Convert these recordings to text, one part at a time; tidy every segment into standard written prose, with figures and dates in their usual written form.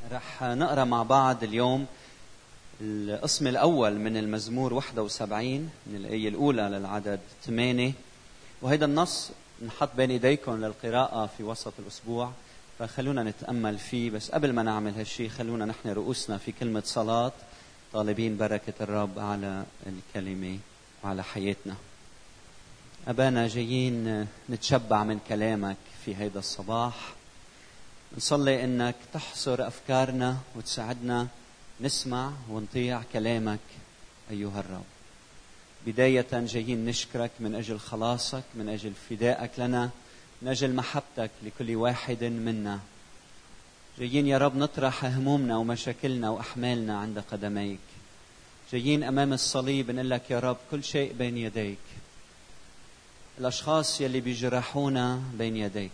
رح نقرأ مع بعض اليوم القسم الأول من المزمور 71 من الآية الأولى للعدد 8. وهذا النص نحط بين إيديكم للقراءة في وسط الأسبوع، فخلونا نتأمل فيه. بس قبل ما نعمل هالشي خلونا نحن رؤوسنا في كلمة صلاة طالبين بركة الرب على الكلمة وعلى حياتنا. أبانا جايين نتشبع من كلامك في هذا الصباح، نصلي إنك تحصر أفكارنا وتساعدنا نسمع ونطيع كلامك أيها الرب. بداية جايين نشكرك من أجل خلاصك، من أجل فدائك لنا، من أجل محبتك لكل واحد منا. جايين يا رب نطرح همومنا ومشاكلنا وأحمالنا عند قدميك. جايين أمام الصليب نقول لك يا رب كل شيء بين يديك. الأشخاص يلي بيجرحونا بين يديك،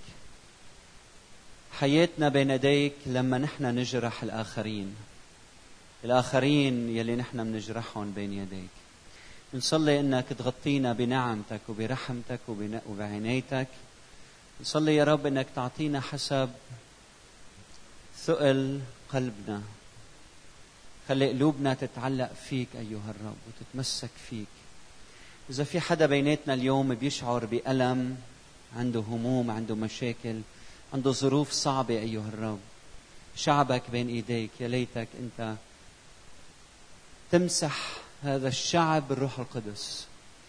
حياتنا بين يديك لما نحن نجرح الآخرين يلي نحن منجرحهم بين يديك. نصلي إنك تغطينا بنعمتك وبرحمتك وبعنايتك. نصلي يا رب إنك تعطينا حسب ثقل قلبنا. خلي قلوبنا تتعلق فيك أيها الرب وتتمسك فيك. إذا في حدا بيناتنا اليوم بيشعر بألم، عنده هموم، عنده مشاكل، عنده ظروف صعبة أيها الرب، شعبك بين إيديك. يا ليتك أنت تمسح هذا الشعب بالروح القدس،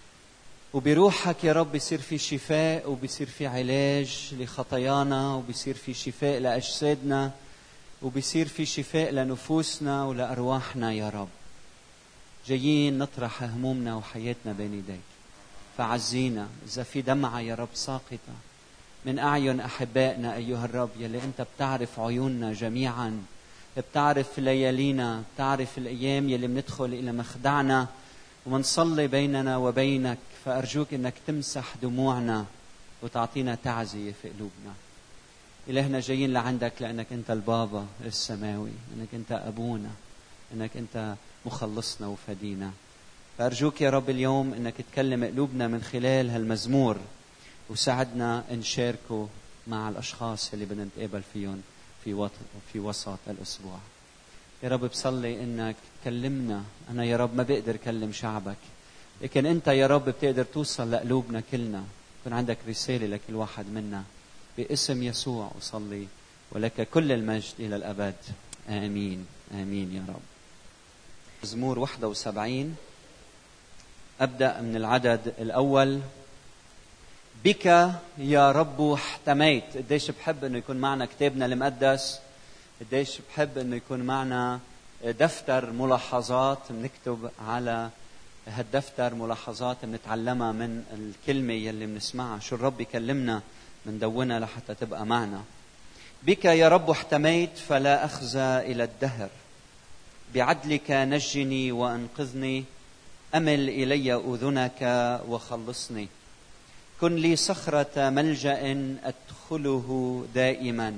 وبروحك يا رب بيصير في شفاء وبيصير في علاج لخطايانا، وبيصير في شفاء لأجسادنا، وبيصير في شفاء لنفوسنا ولأرواحنا يا رب. جايين نطرح همومنا وحياتنا بين يديك، فعزينا. إذا في دمعة يا رب ساقطة من أعين أحبائنا أيها الرب، يلي أنت بتعرف عيوننا جميعا، بتعرف ليالينا، بتعرف الأيام يلي بندخل إلى مخدعنا ومنصلي بيننا وبينك، فأرجوك أنك تمسح دموعنا وتعطينا تعزية في قلوبنا. إلهنا جايين لعندك لأنك أنت البابا السماوي، أنك أنت أبونا، أنك أنت مخلصنا وفدينا. فأرجوك يا رب اليوم أنك تكلم قلوبنا من خلال هالمزمور، وساعدنا نشاركه مع الأشخاص اللي بدنا نتقابل فيهم في وسط الأسبوع. يا رب بصلي إنك تكلمنا. أنا يا رب ما بقدر كلم شعبك، لكن أنت يا رب بتقدر توصل لقلوبنا كلنا. يكون عندك رسالة لكل واحد منا. باسم يسوع أصلي، ولك كل المجد إلى الأبد. آمين آمين يا رب. مزمور 71 أبدأ من العدد الأول. بك يا رب احتميت. قديش بحب أنه يكون معنا كتابنا المقدس، قديش بحب أنه يكون معنا دفتر ملاحظات بنكتب على هالدفتر ملاحظات بنتعلمها من الكلمة يلي بنسمعها، شو الرب يكلمنا من دونها لحتى تبقى معنا. بك يا رب احتميت فلا أخزى إلى الدهر، بعدلك نجني وأنقذني، أمل إلي أذنك وخلصني. كن لي صخرة ملجأ أدخله دائما.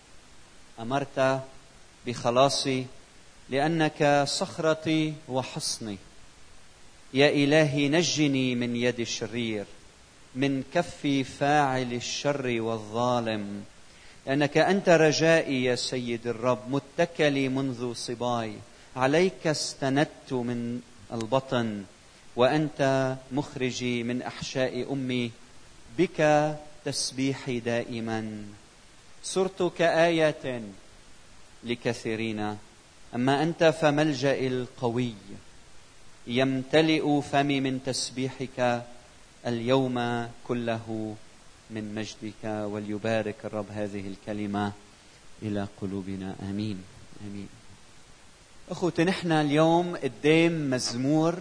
أمرت بخلاصي لأنك صخرتي وحصني. يا إلهي نجني من يد الشرير، من كف فاعل الشر والظالم، لأنك أنت رجائي يا سيد الرب، متكلي منذ صباي. عليك استندت من البطن، وأنت مخرجي من أحشاء أمي. بك تسبيحي دائما. صرت كآية لكثيرين، أما أنت فملجأ القوي. يمتلئ فمي من تسبيحك اليوم كله من مجدك. وليبارك الرب هذه الكلمة إلى قلوبنا. آمين آمين. أخوتي، نحن اليوم قدام مزمور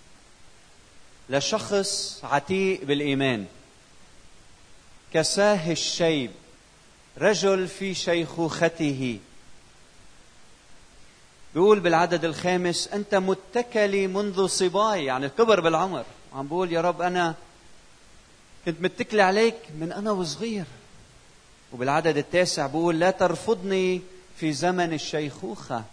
لشخص عتيق بالإيمان، كساه الشيب، رجل في شيخوخته. بيقول بالعدد الخامس: أنت متكلي منذ صباي، يعني الكبر بالعمر. عم بقول يا رب أنا كنت متكلي عليك من أنا وصغير. وبالعدد التاسع بقول: لا ترفضني في زمن الشيخوخة.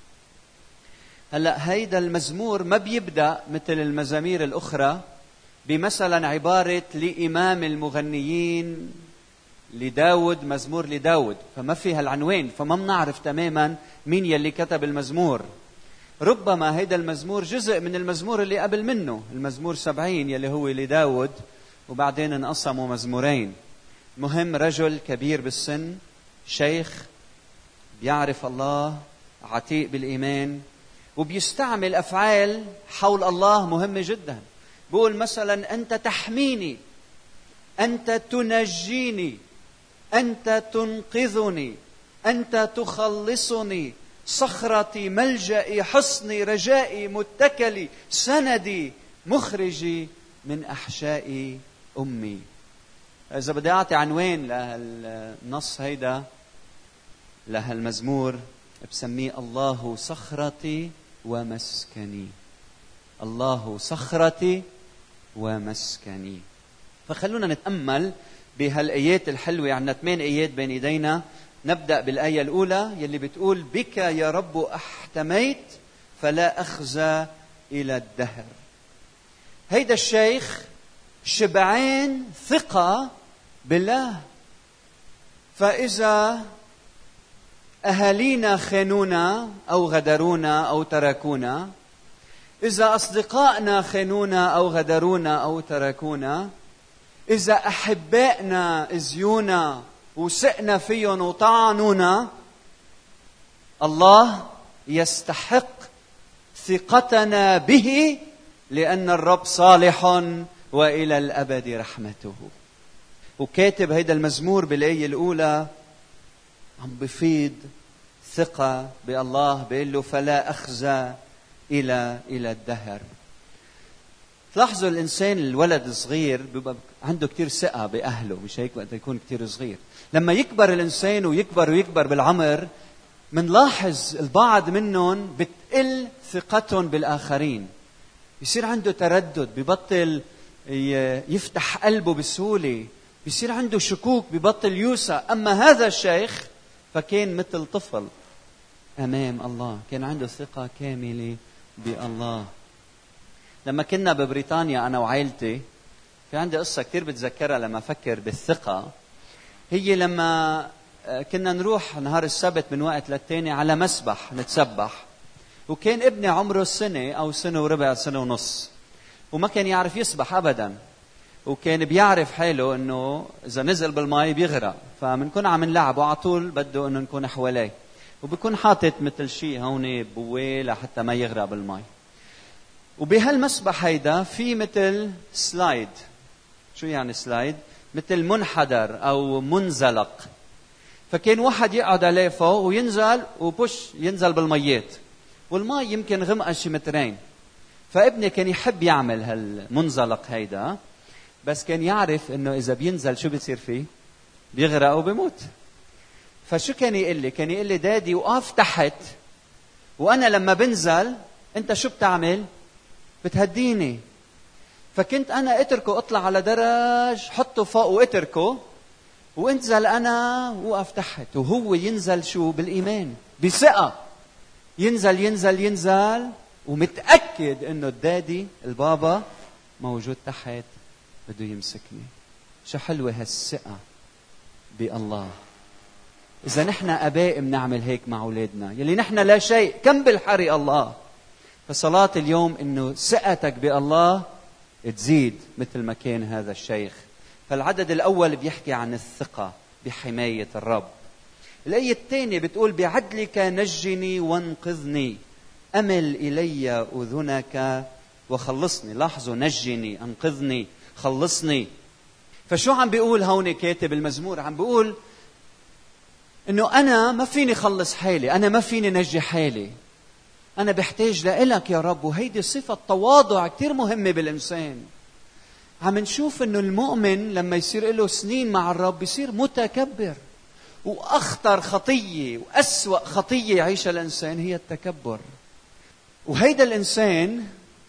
هلأ هيدا المزمور ما بيبدأ مثل المزامير الأخرى بمثلا عبارة لإمام المغنيين لداود مزمور لداود، فما فيها العنوان، فما بنعرف تماما مين يلي كتب المزمور. ربما هيدا المزمور جزء من المزمور اللي قبل منه، المزمور 70 يلي هو لداود، وبعدين انقسموا مزمورين. مهم رجل كبير بالسن، شيخ بيعرف الله، عتيق بالإيمان، وبيستعمل أفعال حول الله مهمة جدا. بقول مثلا أنت تحميني، أنت تنجيني، أنت تنقذني، أنت تخلصني، صخرتي، ملجئي، حصني، رجائي، متكلي، سندي، مخرجي من أحشاء أمي. إذا بدي أعطي عنوان للنص هيدا لهالمزمور بسميه الله صخرتي ومسكني. الله صخرتي ومسكني. فخلونا نتأمل بهالآيات الحلوة. عندنا 8 آيات بين إيدينا. نبدأ بالآية الأولى يلي بتقول بك يا رب احتميت فلا أخزى إلى الدهر. هيدا الشيخ شبعان ثقة بالله. فإذا أهالينا خانونا أو غدرونا أو تركونا، إذا أصدقائنا خانونا أو غدرونا أو تركونا، إذا أحبائنا أذيونا وسقنا فيهم وطعنونا، الله يستحق ثقتنا به لأن الرب صالح وإلى الأبد رحمته. وكاتب هيدا المزمور بالآية الأولى عم بفيض ثقة بالله، بيقول له فلا أخزى إلى الدهر. تلاحظوا الإنسان الولد الصغير بيبقى عنده كتير ثقة بأهله، مش هيك وقت يكون كتير صغير. لما يكبر الإنسان ويكبر بالعمر، منلاحظ البعض منهم بتقل ثقتهم بالآخرين، بيصير عنده تردد، ببطل يفتح قلبه بسهولة، بيصير عنده شكوك، ببطل يوسع. أما هذا الشيخ فكان مثل طفل أمام الله، كان عنده ثقة كاملة بالله. لما كنا ببريطانيا أنا وعائلتي، في عندي قصة كتير بتذكرها لما أفكر بالثقة. هي لما كنا نروح نهار السبت من وقت للتاني على مسبح نتسبح، وكان ابني عمره سنة أو سنة وربع، سنة ونص، وما كان يعرف يسبح أبدا، وكان بيعرف حاله أنه إذا نزل بالماء بيغرق، فمنكون عم نلعب وعلى طول بده أنه نكون حواليه، وبيكون حاطط مثل شيء هون بويه لحتى ما يغرق بالماء. وبهالمسبح هيدا في مثل سلايد. شو يعني سلايد؟ مثل منحدر أو منزلق. فكان واحد يقعد عليه فوق وينزل ينزل بالميات، والماء يمكن غمقة شي مترين. فابني كان يحب يعمل هالمنزلق هيدا، بس كان يعرف انه اذا بينزل شو بيصير فيه؟ بيغرق وبيموت. فشو كان يقول لي؟ كان يقول لي دادي وقف تحت، وانا لما بنزل انت شو بتعمل؟ بتهديني. فكنت انا اتركه اطلع على درج، حطه فوق واتركه، وانزل انا وقف تحت، وهو ينزل شو؟ بالايمان، بثقه، ينزل ينزل ينزل، ومتاكد انه الدادي البابا موجود تحت بده يمسكني. شو حلوه هالثقه بالله. اذا نحن اباء بنعمل هيك مع اولادنا يلي نحن لا شيء، كم بالحري الله. فصلاه اليوم انه ثقتك بالله تزيد مثل ما كان هذا الشيخ. فالعدد الأول بيحكي عن الثقة بحماية الرب. الآية الثانية بتقول بعدلك نجني وانقذني، أمل إلي أذنك وخلصني. لاحظوا، نجني، انقذني، خلصني. فشو عم بيقول هون كاتب المزمور؟ عم بيقول إنه أنا ما فيني خلص حالي، أنا ما فيني نجي حالي، أنا بحتاج لإلك يا رب. وهيدي صفة تواضع كتير مهمة بالإنسان. عم نشوف إنه المؤمن لما يصير له سنين مع الرب يصير متكبر. وأخطر خطية وأسوأ خطية يعيشها الإنسان هي التكبر. وهيدا الإنسان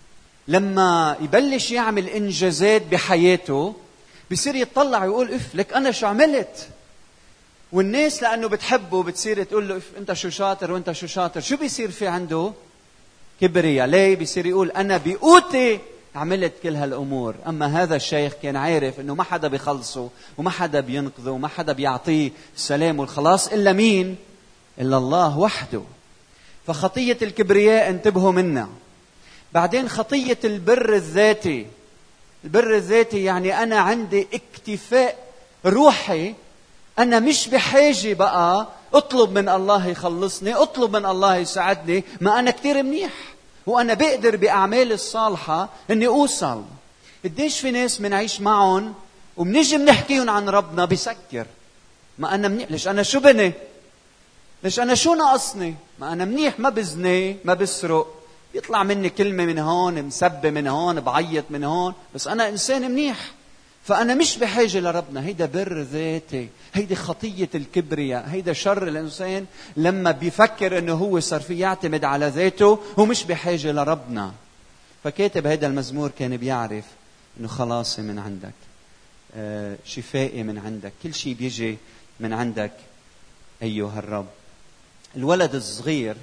لما يبلش يعمل إنجازات بحياته بيصير يطلع ويقول إف لك أنا شو عملت. والناس لأنه بتحبه بتصير تقول له إف أنت شو شاطر وأنت شو شاطر. شو بيصير في عنده؟ كبرياء. ليه؟ بيصير يقول أنا بقوتي عملت كل هالأمور. أما هذا الشيخ كان عارف أنه ما حدا بيخلصه وما حدا بينقذه وما حدا بيعطيه السلام والخلاص إلا مين؟ إلا الله وحده. فخطية الكبرياء انتبهوا منها. بعدين خطية البر الذاتي. البر الذاتي يعني أنا عندي اكتفاء روحي، أنا مش بحاجة بقى أطلب من الله يخلصني، أطلب من الله يساعدني، ما أنا كتير منيح وأنا بقدر بأعمال الصالحة أني أوصل. قديش في ناس منعيش معهم ومنجي منحكيهم عن ربنا بسكر، ما أنا منيح، ليش أنا شو بني؟ ليش أنا شو ناقصني؟ ما أنا منيح، ما بزني، ما بسرق، يطلع مني كلمة من هون، مسبة من هون، بعيط من هون، بس أنا إنسان منيح، فأنا مش بحاجة لربنا. هيدا بر ذاتي، هيدا خطية الكبرياء، هيدا شر الإنسان لما بيفكر أنه هو صار فيه يعتمد على ذاته ومش بحاجة لربنا. فكاتب هيدا المزمور كان بيعرف أنه خلاصي من عندك، شفائي من عندك، كل شيء بيجي من عندك أيها الرب. الولد الصغير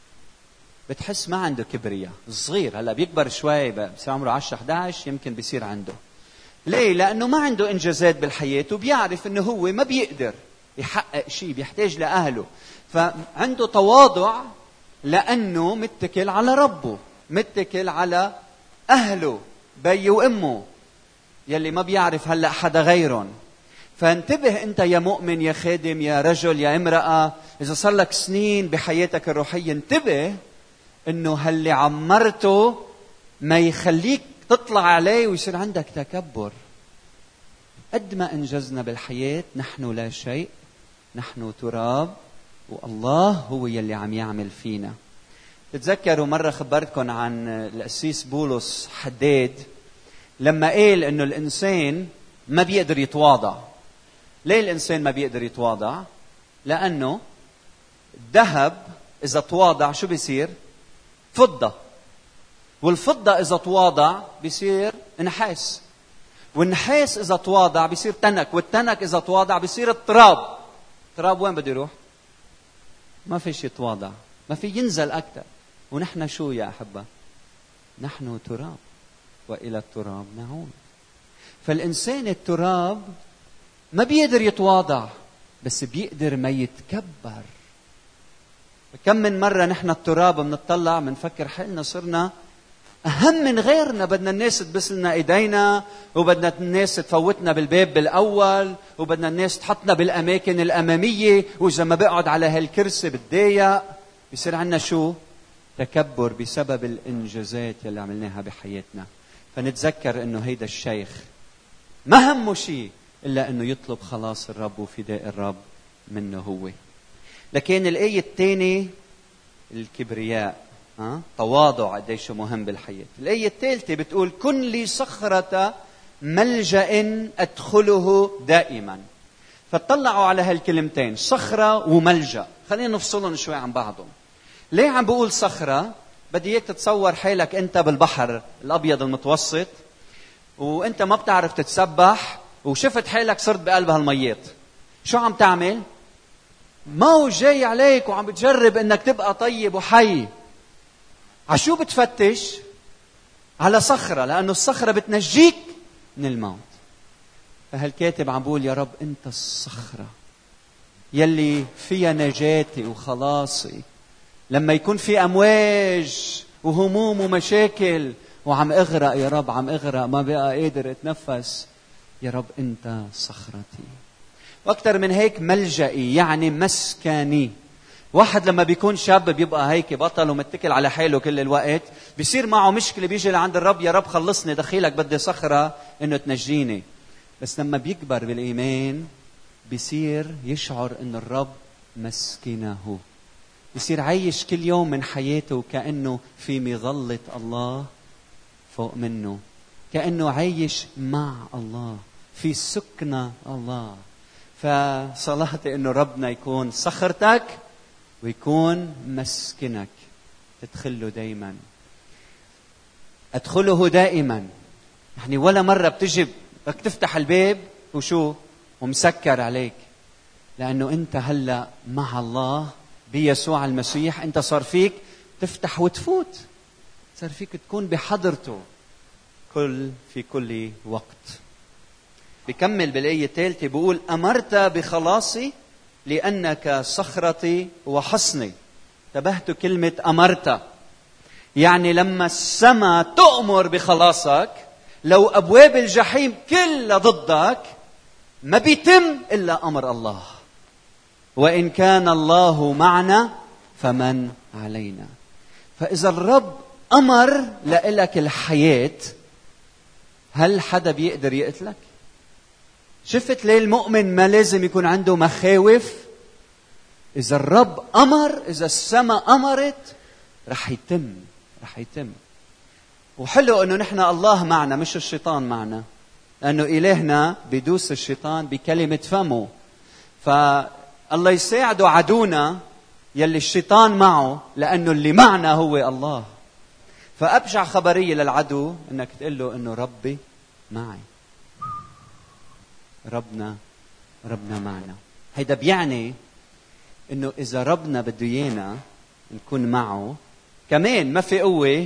بتحس ما عنده كبرياء، الصغير هلا بيكبر شوي بصير عمره 10-11 يمكن بيصير عنده. ليه؟ لأنه ما عنده إنجازات بالحياة وبيعرف أنه هو ما بيقدر يحقق شيء، بيحتاج لأهله، فعنده تواضع لأنه متكل على ربه، متكل على أهله، بي وأمه يلي ما بيعرف هلأ حدا غيرهم. فانتبه أنت يا مؤمن، يا خادم، يا رجل، يا امرأة، إذا صار لك سنين بحياتك الروحية، انتبه أنه هاللي عمرته ما يخليك تطلع عليه ويصير عندك تكبر. قد ما انجزنا بالحياة نحن لا شيء، نحن تراب، والله هو يلي عم يعمل فينا. تتذكروا مرة خبرتكم عن القسيس بولس حداد لما قال انه الانسان ما بيقدر يتواضع. ليه الانسان ما بيقدر يتواضع؟ لانه الذهب اذا تواضع شو بيصير؟ فضة. والفضة إذا تواضع بيصير نحاس، والنحاس إذا تواضع بيصير تنك، والتنك إذا تواضع بيصير التراب. التراب وين بده يروح؟ ما في شيء يتواضع، ما في ينزل أكثر. ونحن شو يا أحبة؟ نحن تراب وإلى التراب نعود. فالإنسان التراب ما بيقدر يتواضع، بس بيقدر ما يتكبر. كم من مرة نحن التراب بنطلع بنفكر حالنا صرنا أهم من غيرنا، بدنا الناس تبس لنا إيدينا، وبدنا الناس تفوتنا بالباب بالأول، وبدنا الناس تحطنا بالأماكن الأمامية، وإذا ما بقعد على هالكرسي بتضايق. بيصير عنا شو؟ تكبر بسبب الإنجازات اللي عملناها بحياتنا. فنتذكر إنه هيدا الشيخ ما همه شيء إلا إنه يطلب خلاص الرب وفداء الرب منه هو. لكن الآية الثانية الكبرياء، تواضع قديش مهم بالحياة. الآية الثالثة بتقول كن لي صخرة ملجأ أدخله دائما. فاطلعوا على هالكلمتين صخرة وملجأ، خلينا نفصلهم شوي عن بعضهم. ليه عم بقول صخرة؟ بدي اياك تتصور حالك انت بالبحر الأبيض المتوسط وانت ما بتعرف تتسبح وشفت حالك صرت بقلب هالميات. شو عم تعمل؟ موج جاي عليك وعم بتجرب انك تبقى طيب وحي. عشو بتفتش؟ على صخرة، لأنه الصخرة بتنجيك من الموت. فهالكاتب عم بقول يا رب أنت الصخرة يلي فيها نجاتي وخلاصي. لما يكون في أمواج وهموم ومشاكل وعم أغرق يا رب، عم أغرق ما بقى قادر أتنفس، يا رب أنت صخرتي. وأكثر من هيك ملجئي، يعني مسكني. واحد لما بيكون شاب بيبقى هيك بطل ومتكل على حاله كل الوقت، بيصير معه مشكلة بيجي لعند الرب، يا رب خلصني، دخيلك بدي صخرة انه تنجيني. بس لما بيكبر بالإيمان بيصير يشعر ان الرب مسكنه، بيصير عايش كل يوم من حياته كأنه في مظلة الله فوق منه، كأنه عايش مع الله في سكنة الله. فصلاتي انه ربنا يكون صخرتك ويكون مسكنك، تدخله دائما. أدخله دائما يعني ولا مرة بتجي بدك تفتح الباب وشو ومسكر عليك، لأنه أنت هلأ مع الله بيسوع المسيح. أنت صار فيك تفتح وتفوت، صار فيك تكون بحضرته. في كل وقت. بكمل بالآية الثالثة بيقول أمرت بخلاصي لأنك صخرتي وحصني. انتبهتوا كلمة أمرت، يعني لما السماء تؤمر بخلاصك، لو أبواب الجحيم كلها ضدك ما بيتم إلا أمر الله. وإن كان الله معنا فمن علينا. فإذا الرب أمر لك الحياة، هل حدا بيقدر يقتلك؟ شفت ليه المؤمن ما لازم يكون عنده مخاوف؟ إذا الرب أمر، إذا السماء أمرت رح يتم. وحلو أنه نحن الله معنا مش الشيطان معنا، لأنه إلهنا بيدوس الشيطان بكلمة فمه. فالله يساعده عدونا يلي الشيطان معه، لأنه اللي معنا هو الله. فأبشع خبرية للعدو أنك تقول له أنه ربي معي، ربنا معنا. هيدا بيعني أنه إذا ربنا بده إيانا نكون معه، كمان ما في قوة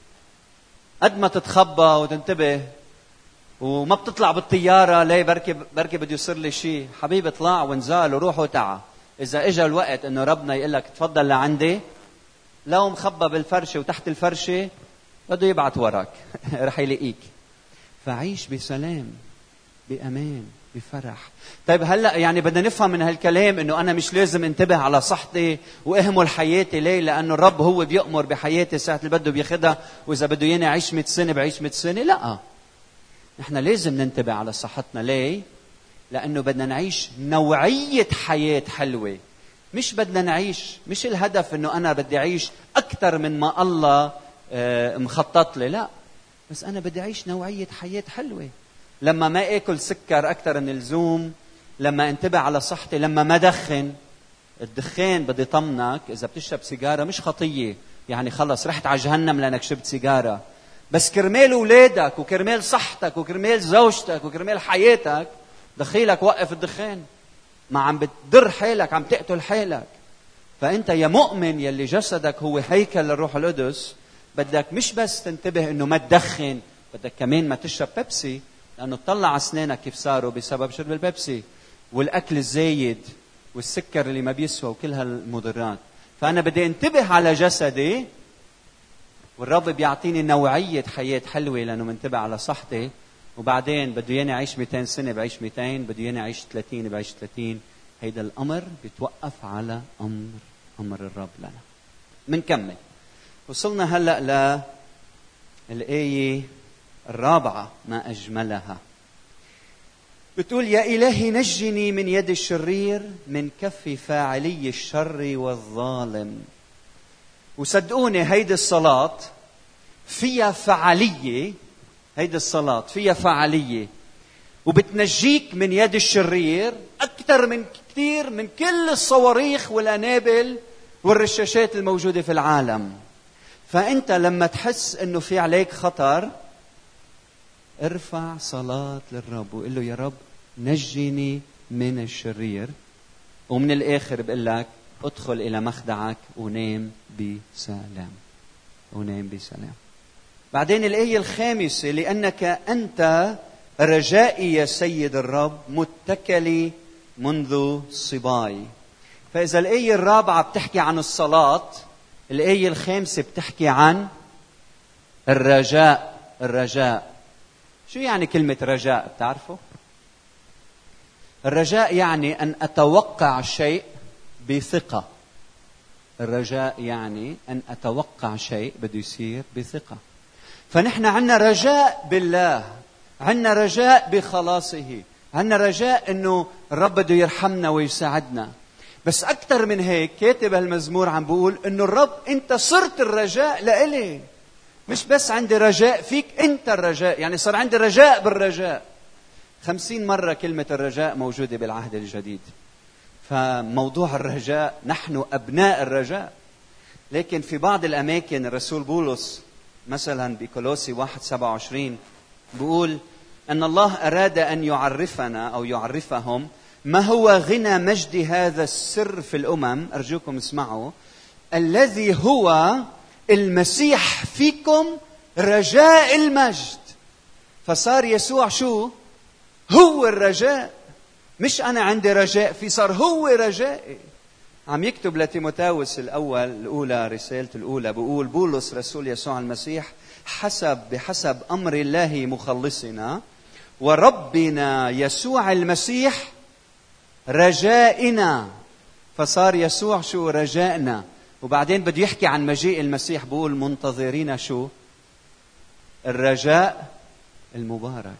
قد ما تتخبى وتنتبه وما بتطلع بالطيارة. ليه؟ بركي بده يصير لي شيء. حبيبي اطلع ونزال وروح وتعا. إذا إجا الوقت أنه ربنا يقول لك تفضل لعندي، لو مخبى بالفرشة وتحت الفرشة بده يبعت وراك رح يلاقيك. فعيش بسلام، بأمان، بفرح. طيب هلأ يعني بدنا نفهم من هالكلام أنه أنا مش لازم انتبه على صحتي وأهمل حياتي. ليه؟ لأنه الرب هو بيأمر بحياتي ساعة اللي بده بياخدها، وإذا بده ياني أعيش 100 سنة بعيش 100 سنة. لا، نحن لازم ننتبه على صحتنا. ليه؟ لأنه بدنا نعيش نوعية حياة حلوة. مش بدنا نعيش، مش الهدف أنه أنا بدي أعيش أكثر من ما الله مخطط لي. لا، بس أنا بدي أعيش نوعية حياة حلوة. لما ما أكل سكر أكثر من اللزوم، لما انتبه على صحتي، لما ما دخن. الدخان بدي طمنك، إذا بتشرب سيجارة مش خطية، يعني خلص رحت على جهنم لأنك شربت سيجارة. بس كرمال أولادك وكرمال صحتك وكرمال زوجتك وكرمال حياتك، دخيلك وقف الدخان. ما عم بتضر حالك، عم تقتل حالك. فأنت يا مؤمن يلي جسدك هو هيكل للروح القدس، بدك مش بس تنتبه إنه ما تدخن، بدك كمان ما تشرب بيبسي، لأنه تطلع على أسنانك كيف صاروا بسبب شرب البيبسي والأكل الزايد والسكر اللي ما بيسوى وكل هالمضرات. فأنا بدي انتبه على جسدي، والرب بيعطيني نوعية حياة حلوة لأنه منتبه على صحتي. وبعدين بده ياني أعيش 200 سنة بعيش 200، بده ياني أعيش 30 بعيش 30. هيدا الأمر بيتوقف على أمر الرب لنا. منكمل. وصلنا هلأ للآية 4 ما أجملها. بتقول يا إلهي نجني من يد الشرير، من كف فاعلي الشر والظالم. وصدقوني هيدي الصلاة فيها فعالية، هيدي الصلاة فيها فعالية، وبتنجيك من يد الشرير أكثر من كثير من كل الصواريخ والأنابل والرشاشات الموجودة في العالم. فأنت لما تحس أنه في عليك خطر، ارفع صلاة للرب وقل له يا رب نجني من الشرير. ومن الآخر بقول لك ادخل إلى مخدعك ونام بسلام، ونام بسلام. بعدين الآية 5 لأنك أنت رجائي يا سيد الرب، متكلي منذ صباي. فإذا الآية 4 بتحكي عن الصلاة، الآية 5 بتحكي عن الرجاء. الرجاء شو يعني كلمة رجاء؟ بتعرفوا؟ الرجاء يعني أن أتوقع شيء بثقة. الرجاء يعني أن أتوقع شيء بده يصير بثقة. فنحن عنا رجاء بالله، عنا رجاء بخلاصه، عنا رجاء أنه الرب بده يرحمنا ويساعدنا. بس أكثر من هيك كاتب المزمور عم بيقول أنه الرب أنت صرت الرجاء لإلي. مش بس عندي رجاء فيك، أنت الرجاء، يعني صار عندي رجاء بالرجاء. 50 مرة كلمة الرجاء موجودة بالعهد الجديد. فموضوع الرجاء، نحن أبناء الرجاء. لكن في بعض الأماكن الرسول بولس مثلا بكولوسي 1:27 بيقول أن الله أراد أن يعرفنا أو يعرفهم ما هو غنى مجد هذا السر في الأمم. أرجوكم اسمعوا. الذي هو المسيح فيكم رجاء المجد. فصار يسوع شو؟ هو الرجاء. مش أنا عندي رجاء في، صار هو رجائي. عم يكتب لتيموثاوس الأولى رسالة الأولى، بقول بولس رسول يسوع المسيح بحسب أمر الله مخلصنا وربنا يسوع المسيح رجائنا. فصار يسوع شو؟ رجائنا. وبعدين بده يحكي عن مجيء المسيح، بقول منتظرين شو؟ الرجاء المبارك.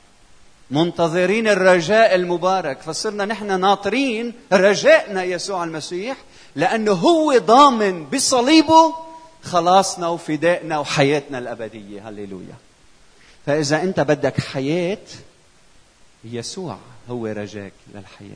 منتظرين الرجاء المبارك. فصرنا نحن ناطرين رجائنا يسوع المسيح، لأنه هو ضامن بصليبه خلاصنا وفدائنا وحياتنا الأبدية. هللويا. فإذا أنت بدك حياة، يسوع هو رجاك للحياة.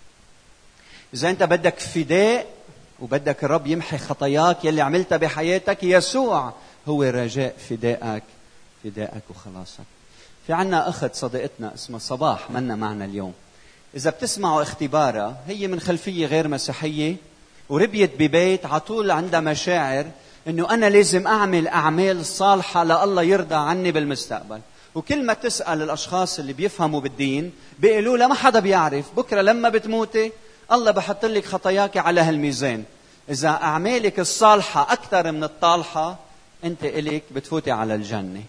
إذا أنت بدك فداء وبدك الرب يمحي خطاياك يلي عملتها بحياتك، يسوع هو رجاء فدائك وخلاصك. في عنا أخت صديقتنا اسمها صباح منا معنا اليوم. إذا بتسمعوا اختبارها، هي من خلفية غير مسيحية وربيت ببيت عطول عندها مشاعر إنه أنا لازم أعمل أعمال صالحة لله يرضى عني بالمستقبل. وكل ما تسأل الأشخاص اللي بيفهموا بالدين بيقولوا لا، ما حدا بيعرف، بكرة لما بتموتي الله بحط لك خطاياك على هالميزان. إذا أعمالك الصالحة أكثر من الطالحة، أنت إليك بتفوتي على الجنة.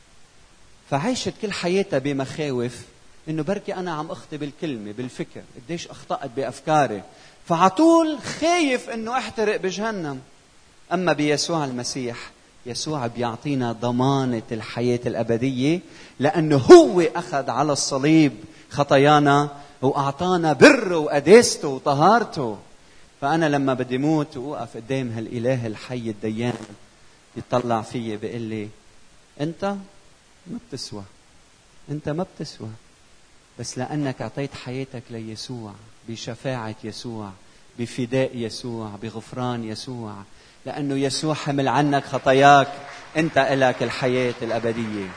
فعيشت كل حياتها بمخاوف إنه بركي أنا عم أخطي بالكلمة بالفكر، قديش أخطأت بأفكاري، فعطول خايف إنه أحترق بجهنم. أما بيسوع المسيح، يسوع بيعطينا ضمانة الحياة الأبدية، لأنه هو أخذ على الصليب خطايانا وأعطانا بره وقداسته وطهارته. فأنا لما بدي موت وأوقف قدام هالإله الحي الديان، يطلع فيي بيقول لي أنت ما بتسوى، أنت ما بتسوى، بس لأنك أعطيت حياتك ليسوع، بشفاعة يسوع، بفداء يسوع، بغفران يسوع، لأنه يسوع حمل عنك خطاياك، أنت إلك الحياة الأبدية.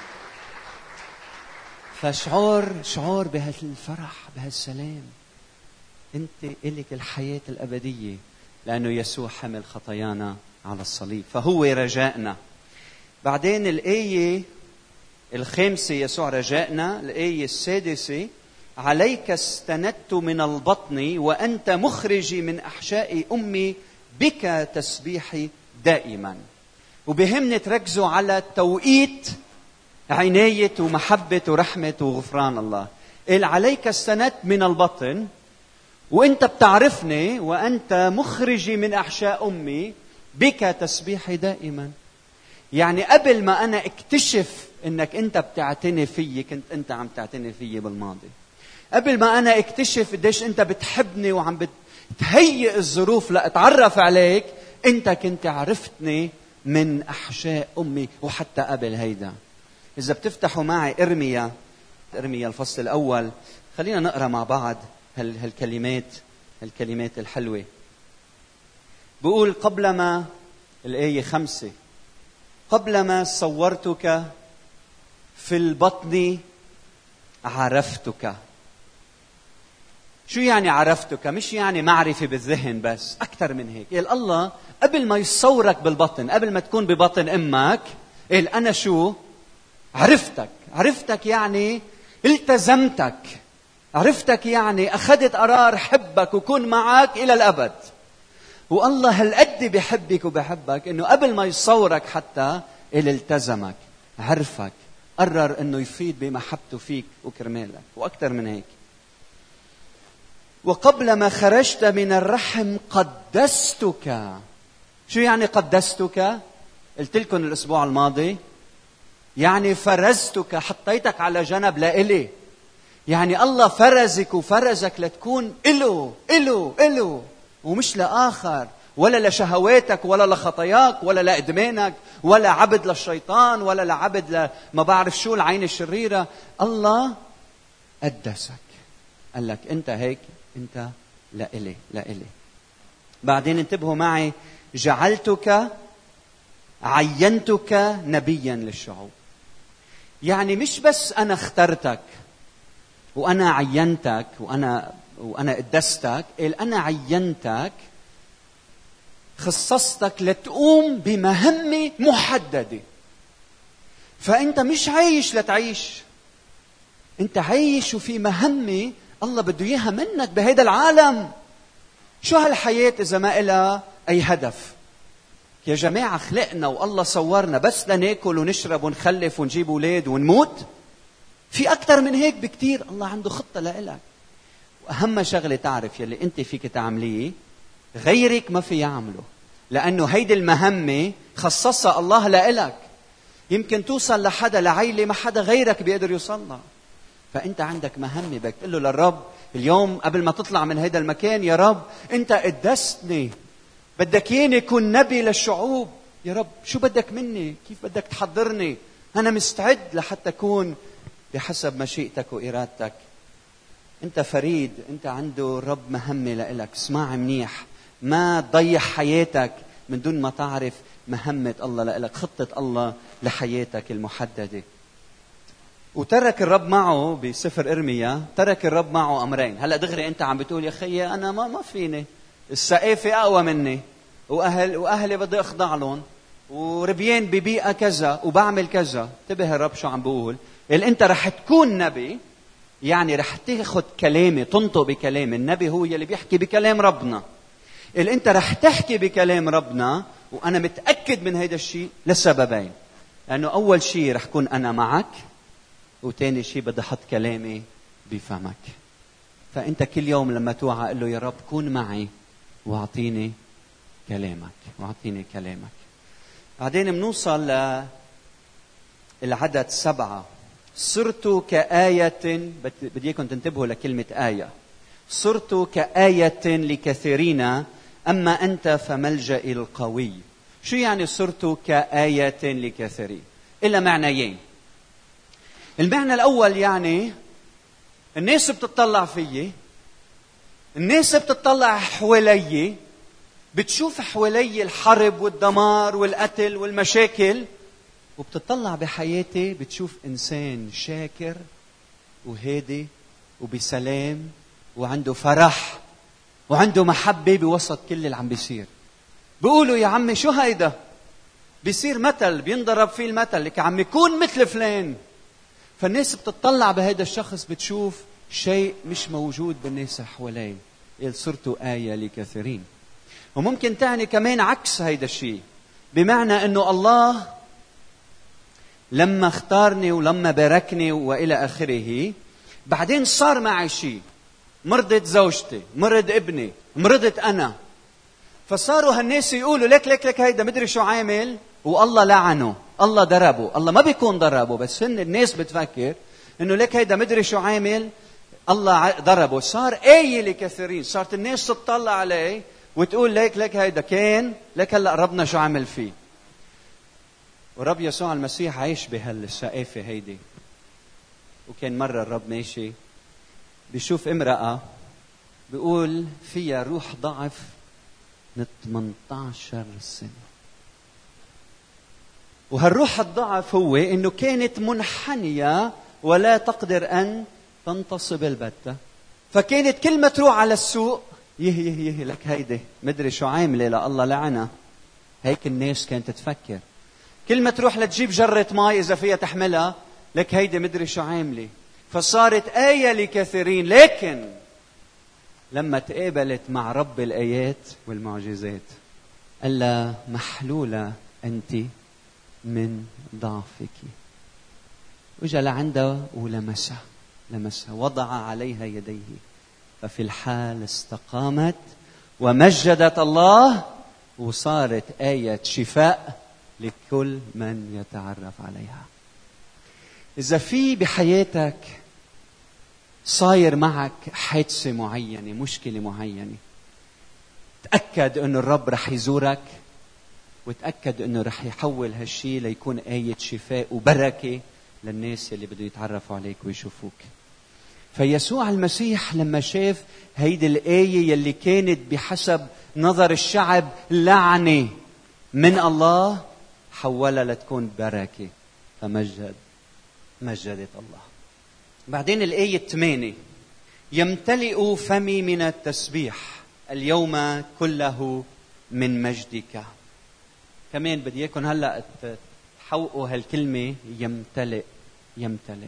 فشعور بهالفرح، بهالسلام، أنت إلك الحياة الأبدية، لأنه يسوع حمل خطايانا على الصليب، فهو رجائنا. بعدين الآية الخامسة يسوع رجائنا. الآية السادسة: عليك استندت من البطن وأنت مخرجي من أحشاء أمي، بك تسبيحي دائما. وبهمني تركزوا على توقيت عناية ومحبة ورحمة وغفران الله. قال عليك استندت من البطن، وأنت بتعرفني، وأنت مخرجي من أحشاء أمي، بك تسبيحي دائما. يعني قبل ما أنا اكتشف إنك أنت بتعتني فيي، كنت أنت عم تعتني فيي بالماضي. قبل ما أنا اكتشف قديش أنت بتحبني وعم بتهيئ الظروف لأتعرف عليك، أنت كنت عرفتني من أحشاء أمي. وحتى قبل هيدا، إذا بتفتحوا معي إرميا الفصل الأول، خلينا نقرأ مع بعض هالكلمات الحلوة. بقول قبلما، الآية 5: قبلما صورتك في البطن عرفتك. شو يعني عرفتك؟ مش يعني معرفة بالذهن بس، أكثر من هيك. قال الله قبل ما يصورك بالبطن، قبل ما تكون ببطن أمك، قال أنا شو؟ عرفتك يعني التزمتك، عرفتك يعني أخذت قرار حبك وكون معك إلى الأبد. والله هالقد بحبك وبحبك إنه قبل ما يصورك حتى اللي التزمك، عرفك، قرر إنه يفيد بمحبته فيك وكرمالك، وأكثر من هيك. وقبل ما خرجت من الرحم قدستك. شو يعني قدستك؟ قلت لكم الأسبوع الماضي، يعني فرزتك، حطيتك على جنب لإلي. يعني الله فرزك وفرزك لتكون إله ومش لآخر، ولا لشهواتك، ولا لخطاياك، ولا لإدمانك، ولا عبد للشيطان، ولا لعبد ما بعرف شو العين الشريرة. الله قدسك، قال لك أنت هيك، أنت لإلي. بعدين انتبهوا معي: عينتك نبيا للشعوب. يعني مش بس أنا اخترتك وأنا عينتك وأنا قدستك، أنا عينتك، خصصتك لتقوم بمهمة محددة. فأنت مش عايش لتعيش، أنت عايش وفي مهمة الله بده إياها منك بهذا العالم. شو هالحياة إذا ما إلها أي هدف؟ يا جماعة خلقنا والله صورنا بس لناكل ونشرب ونخلف ونجيب أولاد ونموت؟ في أكثر من هيك بكتير. الله عنده خطة لإلك. وأهم شغلة تعرف يلي أنت فيك تعمليه غيرك ما في يعمله، لأنه هيدي المهمة خصصها الله لإلك. يمكن توصل لحدا لعيلة ما حدا غيرك بيقدر يوصلها، فأنت عندك مهمة بدك تقول له للرب اليوم قبل ما تطلع من هيدا المكان: يا رب أنت قدستني، بدك ياني يكون نبي للشعوب. يا رب شو بدك مني؟ كيف بدك تحضرني؟ أنا مستعد لحتى أكون بحسب مشيئتك وإرادتك. أنت فريد، أنت عنده الرب مهمة لإلك. اسمع منيح، ما تضيع حياتك من دون ما تعرف مهمة الله لإلك، خطة الله لحياتك المحددة. وترك الرب معه بسفر إرميا، ترك الرب معه أمرين. هلأ دغري أنت عم بتقول يا خيي أنا ما فيني، السقافة أقوى مني، وأهلي بدي أخضع لهم، وربيان ببيئة كذا وبعمل كذا. انتبه الرب شو عم بقول: اللي أنت رح تكون نبي، يعني رح تاخد كلامي، تنطق بكلامي. النبي هو يلي بيحكي بكلام ربنا. اللي أنت رح تحكي بكلام ربنا، وأنا متأكد من هيدا الشيء لسببين: لأنه أول شيء رح كون أنا معك، وتاني شيء بدي أحط كلامي بفمك. فأنت كل يوم لما توعى قل له: يا رب كون معي واعطيني كلامك، واعطيني كلامك. بعدين منوصل للعدد 7: صرت كآية. بدي اياكم تنتبهوا لكلمة آية. صرت كآية لكثيرين، أما أنت فملجئي القوي. شو يعني صرت كآية لكثيرين؟ إلا معنيين. المعنى الأول يعني الناس بتطلع فيي، الناس بتطلع حوالي، بتشوف حوالي الحرب والدمار والقتل والمشاكل، وبتطلع بحياتي بتشوف إنسان شاكر وهادي وبسلام وعنده فرح وعنده محبة بوسط كل اللي عم بيصير. بيقولوا: يا عمي شو هيدا؟ بيصير مثل بينضرب فيه المثل لك عم يكون مثل فلان. فالناس بتطلع بهذا الشخص بتشوف شيء مش موجود بالناس حواليه. صرت آية لكثيرين. وممكن تعني كمان عكس هيدا الشيء، بمعنى أنه الله لما اختارني ولما باركني وإلى آخره، بعدين صار معي شيء، مرضت زوجتي، مرض ابني، مرضت أنا، فصاروا هالناس يقولوا: لك هيدا مدري شو عامل، والله لعنه، الله ضربه. الله ما بيكون ضربه، بس هن الناس بتفكر انه لك هيدا مدري شو عامل، الله ضربه. صار آية لكثيرين. صارت الناس تطلع عليه وتقول: لك هيدا كان، لك هلا ربنا شو عمل فيه. ورب يسوع المسيح عايش بهالسقافة هيدي. وكان مرة الرب ماشي بيشوف امرأة بيقول فيها روح ضعف من 18 سنة. وهالروح الضعف هو انه كانت منحنية ولا تقدر ان تنتصب البتة. فكانت كل ما تروح على السوق: يه لك هيدي مدري شو عاملة، لا الله لعنها. هيك الناس كانت تفكر. كل ما تروح لتجيب جرة ماء إذا فيها تحملها: لك هيدي مدري شو عاملة. فصارت آية لكثيرين. لكن لما تقابلت مع رب الآيات والمعجزات قال لها: محلولة أنت من ضعفك. وجاء لعندها ولمسها، وضع عليها يديه، ففي الحال استقامت ومجدت الله، وصارت آية شفاء لكل من يتعرف عليها. إذا في بحياتك صاير معك حادثة معينة، مشكلة معينة، تأكد أن الرب رح يزورك، وتأكد أنه رح يحول هالشي ليكون آية شفاء وبركة للناس اللي بدوا يتعرفوا عليك ويشوفوك. فيسوع المسيح لما شاف هيدي الآية يلي كانت بحسب نظر الشعب لعنة من الله، حولها لتكون بركة، فمجدت الله. بعدين الآية 8: يمتلئ فمي من التسبيح اليوم كله من مجدك. كمان بدي اياكم هلا حوقوا هالكلمة يمتلئ. يمتلئ.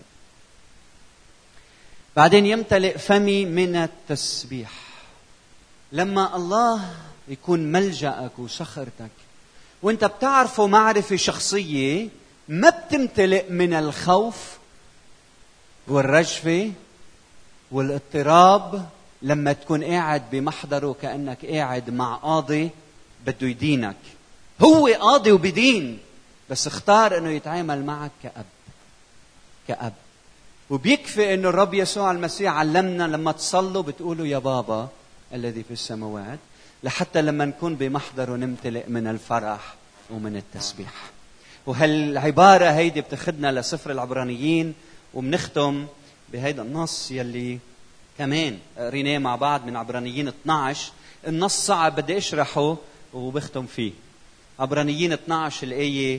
بعدين يمتلئ فمي من التسبيح. لما الله يكون ملجأك وصخرتك وانت بتعرفه معرفة شخصية، ما بتمتلئ من الخوف والرجفة والاضطراب لما تكون قاعد بمحضره كأنك قاعد مع قاضي بده يدينك. هو قاضي وبدين، بس اختار انه يتعامل معك كأب. كأب. وبيكفي انه الرب يسوع المسيح علمنا لما تصلوا بتقولوا يا بابا الذي في السماوات، لحتى لما نكون بمحضره نمتلئ من الفرح ومن التسبيح. وهالعبارة هيدي بتخدنا لسفر العبرانيين، وبنختم بهيدا النص يلي كمان قريناه مع بعض من عبرانيين 12. النص صعب بدي اشرحه وبختم فيه. عبرانيين 12 الآية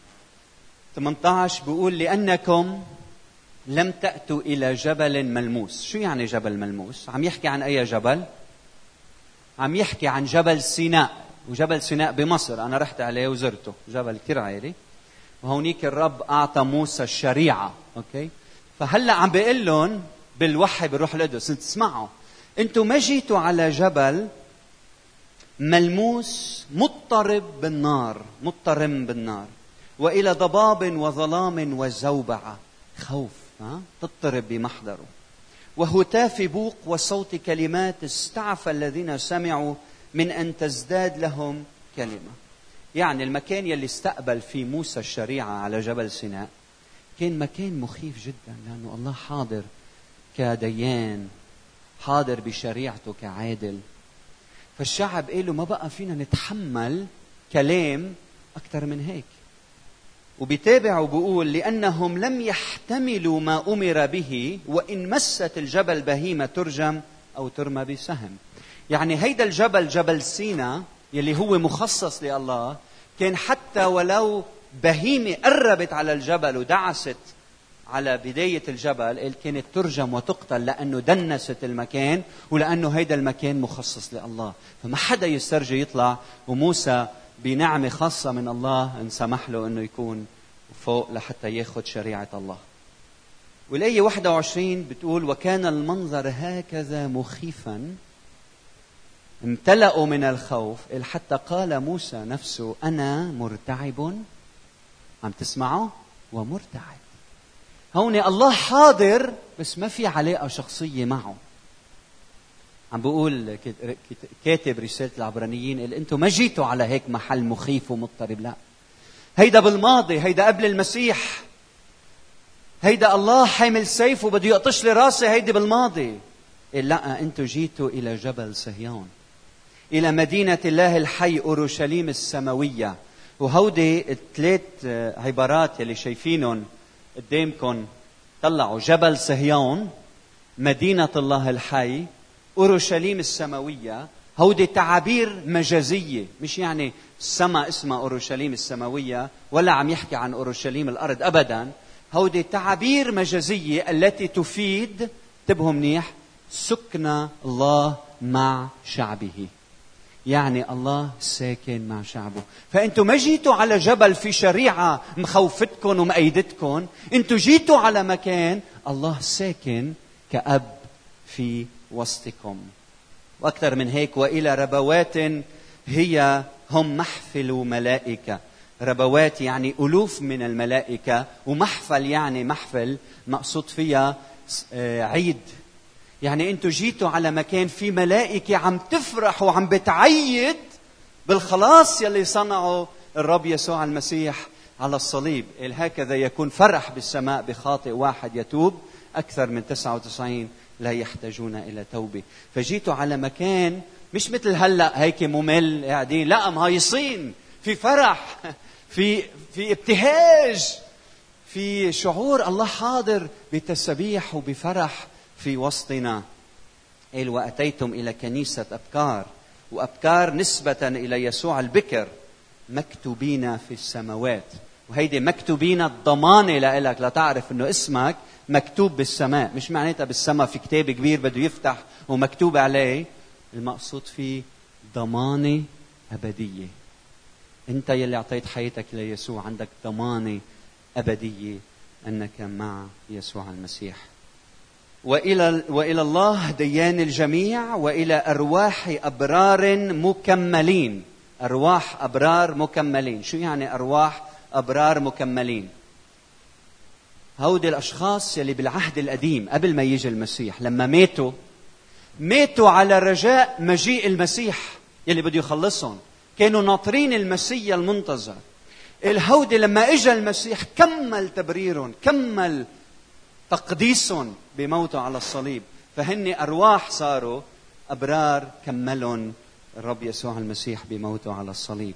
18 بيقول لأنكم لم تأتوا إلى جبل ملموس. شو يعني جبل ملموس؟ عم يحكي عن أي جبل؟ عم يحكي عن جبل سيناء. وجبل سيناء بمصر أنا رحت عليه وزرته، جبل كتير عالي. وهونيك الرب أعطى موسى الشريعة. أوكي؟ فهلأ عم بيقول لهم بالوحي بالروح القدس تسمعوا، أنتم ما جيتوا على جبل ملموس مضطرب بالنار، مضطرم بالنار، وإلى ضباب وظلام وزوبعة، خوف تضطرب بمحضره، وهتاف بوق وصوت كلمات استعفى الذين سمعوا من أن تزداد لهم كلمة. يعني المكان يلي استقبل فيه موسى الشريعة على جبل سيناء كان مكان مخيف جدا، لأنه الله حاضر كديان، حاضر بشريعته كعادل. فالشعب قالوا ما بقى فينا نتحمل كلام أكثر من هيك. وبيتابع وبيقول لأنهم لم يحتملوا ما أمر به، وإن مست الجبل بهيمة ترجم أو ترمى بسهم. يعني هيدا الجبل جبل سيناء يلي هو مخصص لله، كان حتى ولو بهيمة قربت على الجبل ودعست على بداية الجبل كانت ترجم وتقتل، لأنه دنست المكان ولأنه هيدا المكان مخصص لله. فما حدا يسترجي يطلع، وموسى بنعمة خاصة من الله انسمح له أنه يكون فوق لحتى ياخد شريعة الله. والآية 21 بتقول وكان المنظر هكذا مخيفا امتلأوا من الخوف حتى قال موسى نفسه أنا مرتعب. عم تسمعوا؟ ومرتعب. هون الله حاضر بس ما في علاقة شخصية معه. عم بقول كاتب رسالة العبرانيين قال أنتم ما جيتوا على هيك محل مخيف ومضطرب، لا، هيدا بالماضي، هيدا قبل المسيح، هيدا الله حامل سيف وبده يقطش لي راسي، هيدا بالماضي. قال لا، أنتم جيتوا إلى جبل صهيون، إلى مدينة الله الحي أورشليم السماوية. وهودي الثلاث عبارات يلي شايفينهم قدامكم، طلعوا جبل صهيون، مدينة الله الحي، أورشليم السماوية. هودي تعابير مجازية، مش يعني السماء اسمها أورشليم السماوية ولا عم يحكي عن أورشليم الأرض أبدا. هودي تعابير مجازية التي تفيد، انتبهوا منيح، سكن الله مع شعبه. يعني الله ساكن مع شعبه. فأنتم ما جيتوا على جبل في شريعة مخوفتكم ومأيدتكم، أنتم جيتوا على مكان الله ساكن كأب في وسطكم. وأكثر من هيك، وإلى ربوات هي هم محفل ملائكة. ربوات يعني ألوف من الملائكة، ومحفل يعني محفل مقصود فيها عيد. يعني أنتوا جيتوا على مكان في ملائكة عم تفرح وعم بتعيد بالخلاص يلي صنعه الرب يسوع المسيح على الصليب. هكذا يكون فرح بالسماء بخاطئ واحد يتوب، أكثر من 99 لا يحتاجون إلى توبة. فجيتوا على مكان مش مثل هلأ هيك ممل قاعدين، لا، مهيصين في فرح، في ابتهاج، في شعور الله حاضر بتسبيح وبفرح في وسطنا. قال وأتيتم إلى كنيسة أبكار، وأبكار نسبة إلى يسوع البكر، مكتوبين في السماوات. وهيدي مكتوبين الضمانة لك، لا تعرف أنه اسمك مكتوب بالسماء. مش معناتها بالسماء في كتاب كبير بده يفتح ومكتوب عليه، المقصود فيه ضمانة أبدية. أنت يلي أعطيت حياتك ليسوع عندك ضمانة أبدية أنك مع يسوع المسيح. وإلى الله ديان الجميع، وإلى أرواح أبرار مكملين. أرواح أبرار مكملين. شو يعني أرواح أبرار مكملين؟ هودي الأشخاص يلي بالعهد القديم قبل ما يجي المسيح لما ماتوا على رجاء مجيء المسيح يلي بده يخلصهم، كانوا ناطرين المسيح المنتظر. الهودي لما اجى المسيح كمل تبريرهم، كمل تقديسهم بموته على الصليب، فهن أرواح صاروا أبرار كملهم الرب يسوع المسيح بموته على الصليب.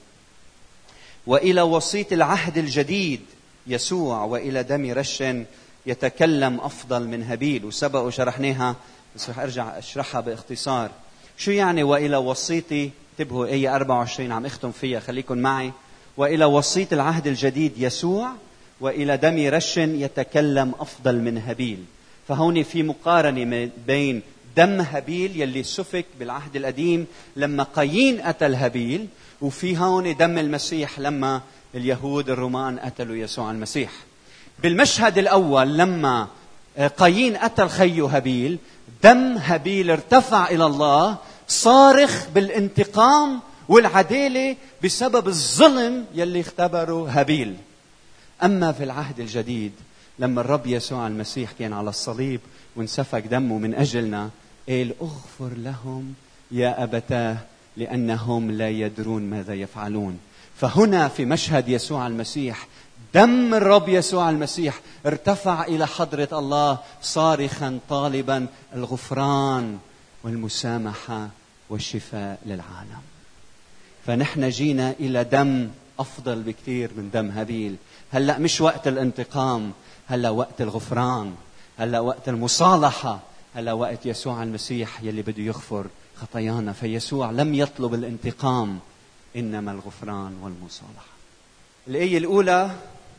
وإلى وسيط العهد الجديد يسوع، وإلى دم رش يتكلم أفضل من هابيل. وسبق وشرحناها بس رح أرجع أشرحها باختصار. شو يعني وإلى وسيطي؟ انتبهوا آية 24 عم أختم فيها، خليكن معي. وإلى وسيط العهد الجديد يسوع، وإلى دم رش يتكلم أفضل من هابيل. فهون في مقارنة بين دم هابيل يلي سفك بالعهد القديم لما قايين قتل هابيل، وفي هون دم المسيح لما اليهود الرومان قتلوا يسوع المسيح. بالمشهد الأول لما قايين قتل خيه هابيل، دم هابيل ارتفع إلى الله صارخ بالانتقام والعدالة بسبب الظلم يلي اختبره هابيل. أما في العهد الجديد لما الرب يسوع المسيح كان على الصليب وانسفك دمه من أجلنا، قال اغفر لهم يا أبتاه لأنهم لا يدرون ماذا يفعلون. فهنا في مشهد يسوع المسيح دم الرب يسوع المسيح ارتفع إلى حضرة الله صارخا طالبا الغفران والمسامحة والشفاء للعالم. فنحن جينا إلى دم أفضل بكثير من دم هابيل. هلأ مش وقت الانتقام، هلأ وقت الغفران، هلأ وقت المصالحة، هلأ وقت يسوع المسيح يلي بده يغفر خطايانا. فيسوع لم يطلب الانتقام إنما الغفران والمصالحة. الآية الأولى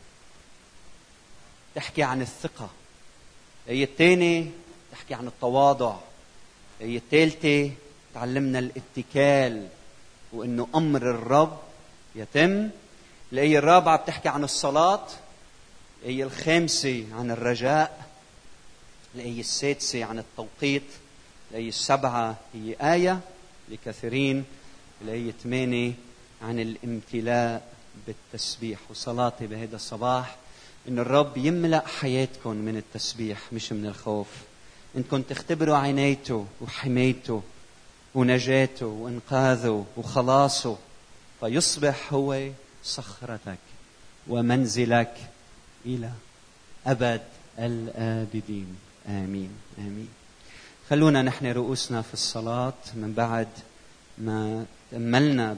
تحكي عن الثقة، الآية الثانية تحكي عن التواضع، الآية الثالثة تعلمنا الاتكال وإنه أمر الرب يتم. الآية الرابعة بتحكي عن الصلاة، الآية الخامسة عن الرجاء، الآية السادسة عن التوقيت، الآية السابعة هي آية لكثيرين، الآية 8 عن الامتلاء بالتسبيح. وصلاتي بهذا الصباح إن الرب يملأ حياتكم من التسبيح مش من الخوف. إنكم تختبروا عنايته وحمايته ونجاته وإنقاذه وخلاصه، فيصبح هو صخرتك ومنزلك إلى أبد الآبدين. آمين آمين. خلونا نحن رؤوسنا في الصلاة من بعد ما تأملنا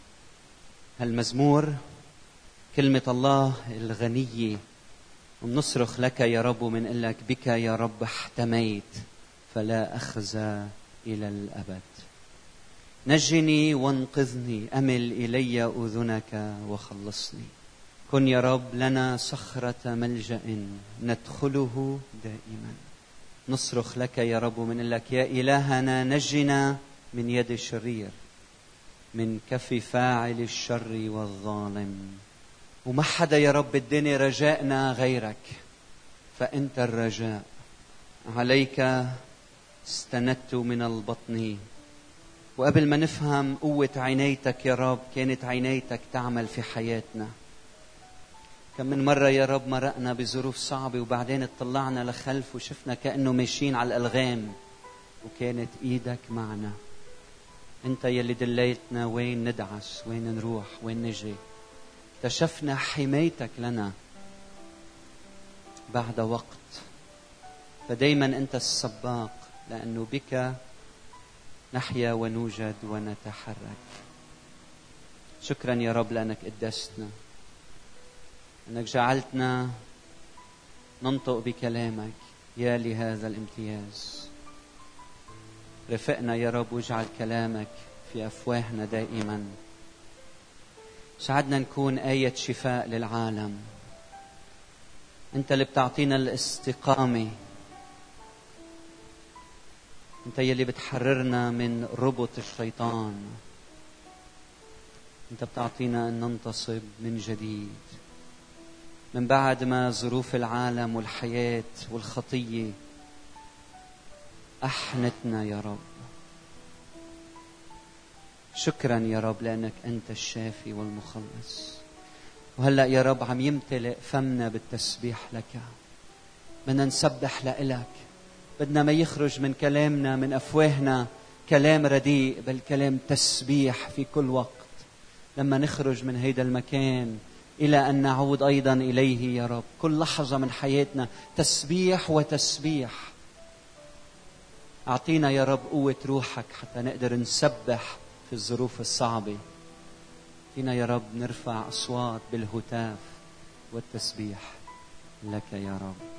بهالمزمور كلمة الله الغنية، ونصرخ لك يا رب ومنقول لك بك يا رب احتميت فلا أخزى إلى الأبد. نجني وانقذني، أمل إلي أذنك وخلصني. كن يا رب لنا صخرة ملجأ ندخله دائما. نصرخ لك يا رب ومنقول لك يا إلهنا نجنا من يد الشرير، من كف فاعل الشر والظالم. وما حدا يا رب اداني رجائنا غيرك، فأنت الرجاء. عليك استندت من البطن. وقبل ما نفهم قوة عنايتك يا رب كانت عنايتك تعمل في حياتنا. كم من مرة يا رب مرقنا بظروف صعبة وبعدين اطلعنا لخلف وشفنا كأنه ماشيين على الألغام وكانت إيدك معنا. أنت يلي دليتنا وين ندعس، وين نروح، وين نجي. اكتشفنا حمايتك لنا بعد وقت. فدايما أنت السباق، لأنه بك نحيا ونوجد ونتحرك. شكرا يا رب لأنك قدستنا، أنك جعلتنا ننطق بكلامك. يا لهذا الامتياز. رفقنا يا رب واجعل كلامك في أفواهنا دائما. ساعدنا نكون آية شفاء للعالم. أنت اللي بتعطينا الاستقامة، أنت يلي بتحررنا من ربط الشيطان. أنت بتعطينا أن ننتصب من جديد من بعد ما ظروف العالم والحياة والخطية أحنتنا يا رب. شكرا يا رب لأنك أنت الشافي والمخلص. وهلأ يا رب عم يمتلئ فمنا بالتسبيح لك. بدنا نسبح لإلك. بدنا ما يخرج من كلامنا من أفواهنا كلام رديء، بل كلام تسبيح في كل وقت. لما نخرج من هيدا المكان إلى أن نعود أيضا إليه يا رب، كل لحظة من حياتنا تسبيح وتسبيح. أعطينا يا رب قوة روحك حتى نقدر نسبح في الظروف الصعبة. أعطينا يا رب نرفع أصوات بالهتاف والتسبيح لك يا رب.